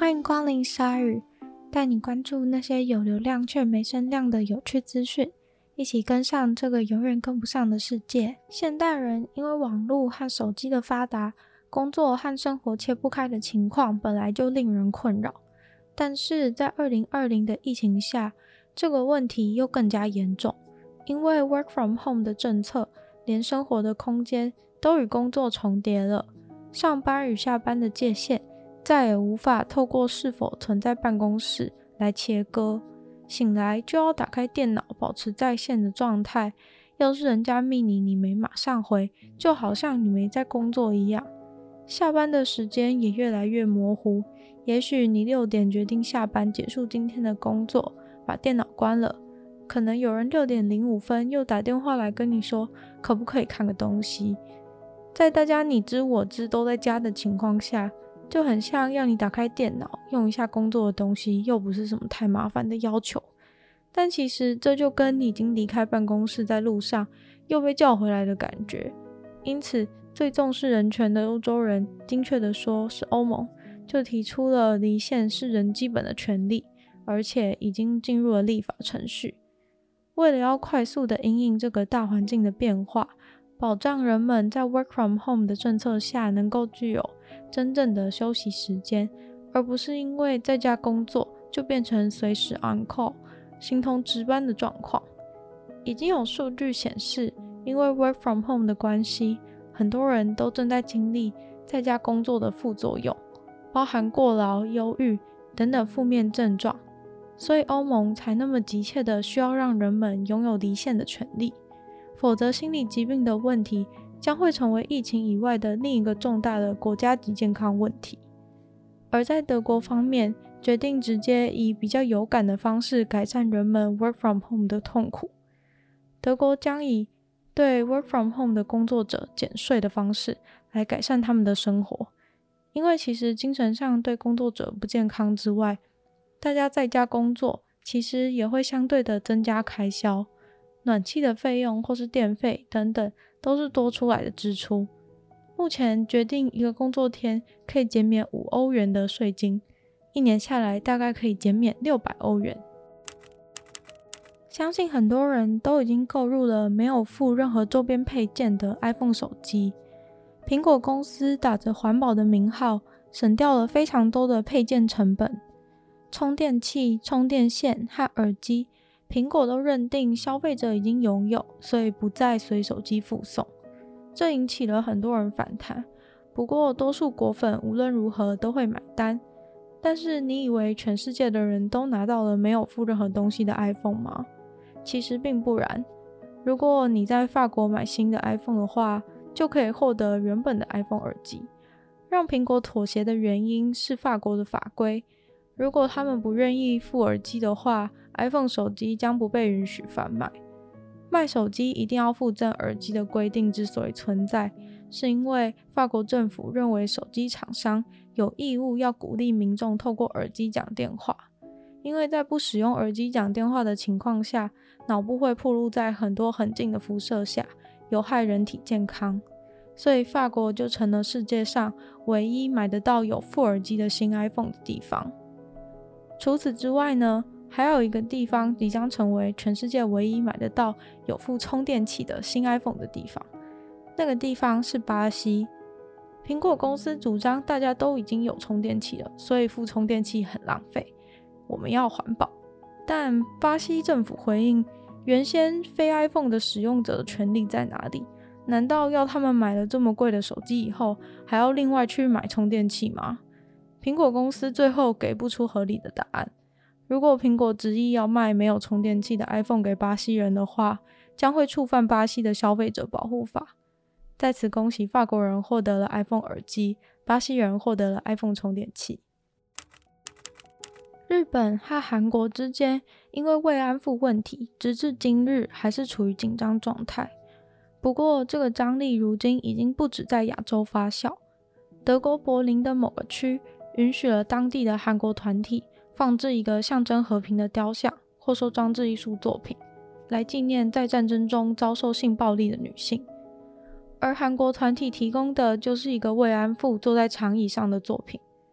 欢迎光临鲨鱼，带你关注那些有流量却没声量的有趣资讯，一起跟上这个永远跟不上的世界。现代人因为网络和手机的发达，工作和生活切不开的情况本来就令人困扰，但是在2020的疫情下，这个问题又更加严重，因为 work from home 的政策，连生活的空间都与工作重叠了，上班与下班的界限再也无法透过是否存在办公室来切割，醒来就要打开电脑保持在线的状态，要是人家密你没马上回，就好像你没在工作一样。下班的时间也越来越模糊，也许你6点决定下班结束今天的工作，把电脑关了，可能有人6点05分又打电话来跟你说可不可以看个东西。在大家你知我知都在家的情况下，就很像要你打开电脑用一下工作的东西，又不是什么太麻烦的要求。但其实这就跟你已经离开办公室在路上又被叫回来的感觉。因此最重视人权的欧洲人，精确的说是欧盟，就提出了离线是人基本的权利，而且已经进入了立法程序。为了要快速的因应这个大环境的变化，保障人们在 work from home 的政策下能够具有真正的休息时间，而不是因为在家工作就变成随时 on call 形同值班的状况。已经有数据显示，因为 work from home 的关系，很多人都正在经历在家工作的副作用，包含过劳、忧郁等等负面症状，所以欧盟才那么急切的需要让人们拥有离线的权利，否则心理疾病的问题将会成为疫情以外的另一个重大的国家级健康问题。而在德国方面，决定直接以比较有感的方式改善人们 work from home 的痛苦。德国将以对 work from home 的工作者减税的方式来改善他们的生活，因为其实精神上对工作者不健康之外，大家在家工作其实也会相对的增加开销，暖气的费用或是电费等等都是多出来的支出。目前决定一个工作天可以减免5欧元的税金，一年下来大概可以减免600欧元。相信很多人都已经购入了没有附任何周边配件的 iPhone 手机。苹果公司打着环保的名号，省掉了非常多的配件成本。充电器、充电线和耳机，苹果都认定消费者已经拥有，所以不再随手机附送。这引起了很多人反弹，不过多数果粉无论如何都会买单。但是你以为全世界的人都拿到了没有附任何东西的 iPhone 吗？其实并不然。如果你在法国买新的 iPhone 的话，就可以获得原本的 iPhone 耳机。让苹果妥协的原因是法国的法规，如果他们不愿意附耳机的话， iPhone 手机将不被允许贩卖。卖手机一定要附赠耳机的规定之所以存在，是因为法国政府认为手机厂商有义务要鼓励民众透过耳机讲电话，因为在不使用耳机讲电话的情况下，脑部会暴露在很多很近的辐射下，有害人体健康，所以法国就成了世界上唯一买得到有附耳机的新 iPhone 的地方。除此之外呢，还有一个地方即将成为全世界唯一买得到有附充电器的新 iPhone 的地方，那个地方是巴西。苹果公司主张大家都已经有充电器了，所以附充电器很浪费，我们要环保。但巴西政府回应，原先非 iPhone 的使用者的权利在哪里？难道要他们买了这么贵的手机以后，还要另外去买充电器吗？苹果公司最后给不出合理的答案。如果苹果执意要卖没有充电器的 iPhone 给巴西人的话，将会触犯巴西的消费者保护法。在此恭喜法国人获得了 iPhone 耳机，巴西人获得了 iPhone 充电器。日本和韩国之间因为慰安妇问题，直至今日还是处于紧张状态。不过这个张力如今已经不止在亚洲发酵。德国柏林的某个区允许了当地的韩国团体放置一个象征和平的雕像，或说装置艺术作品，来纪念在战争中遭受性暴力的女性。而韩国团体提供的就是一个慰安妇坐在长椅上的作品。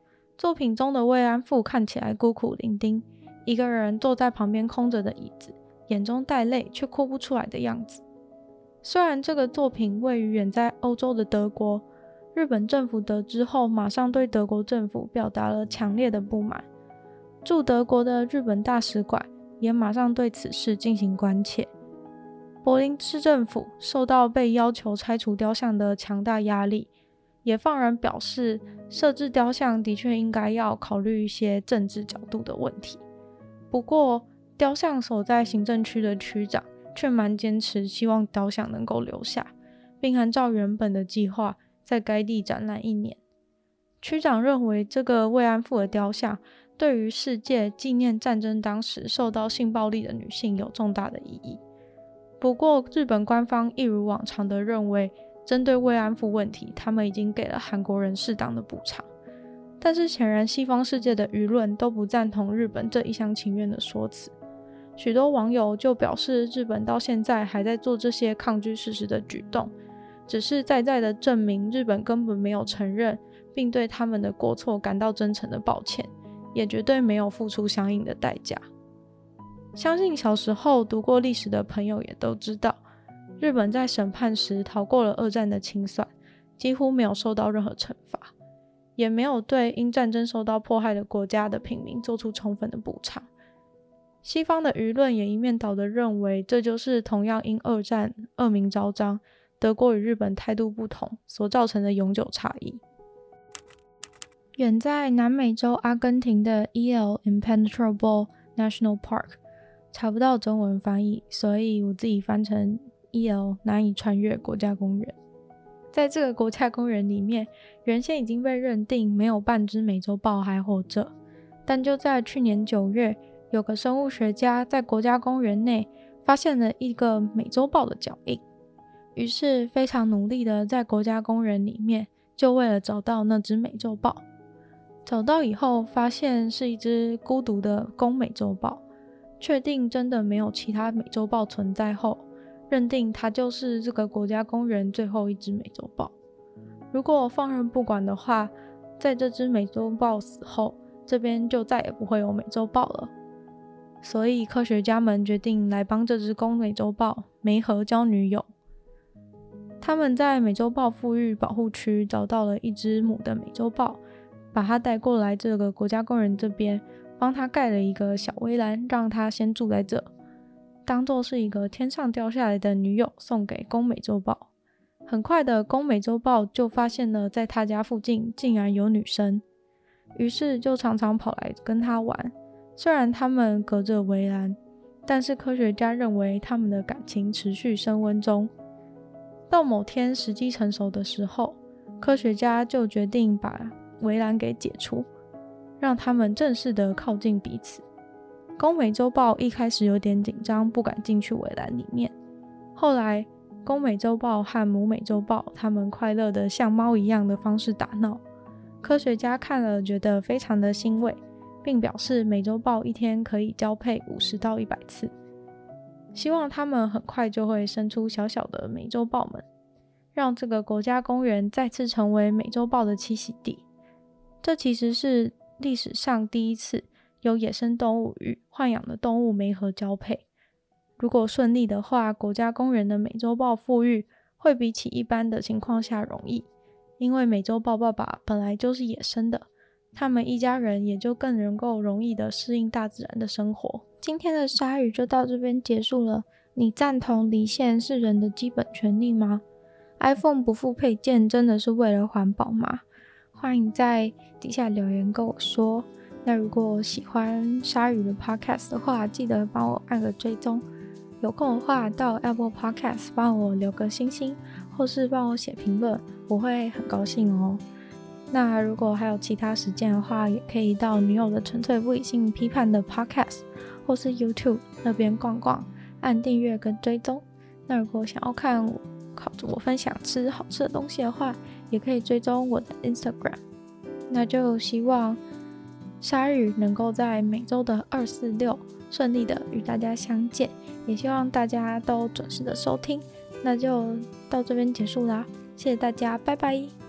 作品中的慰安妇看起来孤苦伶仃，一个人坐在旁边空着的椅子，眼中带泪却哭不出来的样子。虽然这个作品位于远在欧洲的德国，日本政府得知后马上对德国政府表达了强烈的不满，驻德国的日本大使馆也马上对此事进行关切。柏林市政府受到被要求拆除雕像的强大压力，也放然表示设置雕像的确应该要考虑一些政治角度的问题。不过雕像所在行政区的区长却蛮坚持希望雕像能够留下，并按照原本的计划在该地展览1年。区长认为这个慰安妇的雕像对于世界纪念战争当时受到性暴力的女性有重大的意义。不过日本官方一如往常的认为，针对慰安妇问题他们已经给了韩国人适当的补偿，但是显然西方世界的舆论都不赞同日本这一厢情愿的说辞。许多网友就表示，日本到现在还在做这些抗拒事实的举动，只是在的证明日本根本没有承认并对他们的过错感到真诚的抱歉，也绝对没有付出相应的代价。相信小时候读过历史的朋友也都知道，日本在审判时逃过了二战的清算，几乎没有受到任何惩罚，也没有对因战争受到迫害的国家的平民做出充分的补偿。西方的舆论也一面倒的认为，这就是同样因二战恶名昭彰，德国与日本态度不同所造成的永久差异。远在南美洲阿根廷的 El Impenetrable National Park 查不到中文翻译，所以我自己翻成 El 难以穿越国家公园。在这个国家公园里面，原先已经被认定没有半只美洲豹还活着，但就在去年9月，有个生物学家在国家公园内发现了一个美洲豹的脚印，于是非常努力的在国家公园里面就为了找到那只美洲豹。找到以后发现是一只孤独的公美洲豹，确定真的没有其他美洲豹存在后，认定它就是这个国家公园最后一只美洲豹。如果放任不管的话，在这只美洲豹死后，这边就再也不会有美洲豹了。所以科学家们决定来帮这只公美洲豹媒合交女友。他们在美洲豹富裕保护区找到了一只母的美洲豹，把它带过来这个国家公园这边，帮它盖了一个小围栏，让它先住在这，当作是一个天上掉下来的女友送给公美洲豹。很快的，公美洲豹就发现了在他家附近竟然有女生，于是就常常跑来跟他玩。虽然他们隔着围栏，但是科学家认为他们的感情持续升温中。到某天时机成熟的时候，科学家就决定把围栏给解除，让他们正式的靠近彼此。公美洲豹一开始有点紧张，不敢进去围栏里面。后来公美洲豹和母美洲豹他们快乐的像猫一样的方式打闹，科学家看了觉得非常的欣慰，并表示美洲豹一天可以交配50到100次，希望他们很快就会生出小小的美洲豹们，让这个国家公园再次成为美洲豹的栖息地。这其实是历史上第一次有野生动物与豢养的动物媒合交配。如果顺利的话，国家公园的美洲豹富裕会比起一般的情况下容易，因为美洲豹爸爸本来就是野生的，他们一家人也就更能够容易的适应大自然的生活。今天的鲨鱼就到这边结束了。你赞同离线是人的基本权利吗？ iPhone 不附配件真的是为了环保吗？欢迎在底下留言跟我说。那如果喜欢鲨鱼的 podcast 的话，记得帮我按个追踪。有空的话到 Apple Podcast 帮我留个星星，或是帮我写评论，我会很高兴哦。那如果还有其他时间的话，也可以到女友的纯粹不理性批判的 podcast 或是 YouTube 那边逛逛，按订阅跟追踪。那如果想要看我分享吃好吃的东西的话，也可以追踪我的 Instagram。 那就希望鲨鱼能够在每周的246顺利的与大家相见，也希望大家都准时的收听。那就到这边结束啦，谢谢大家，拜拜。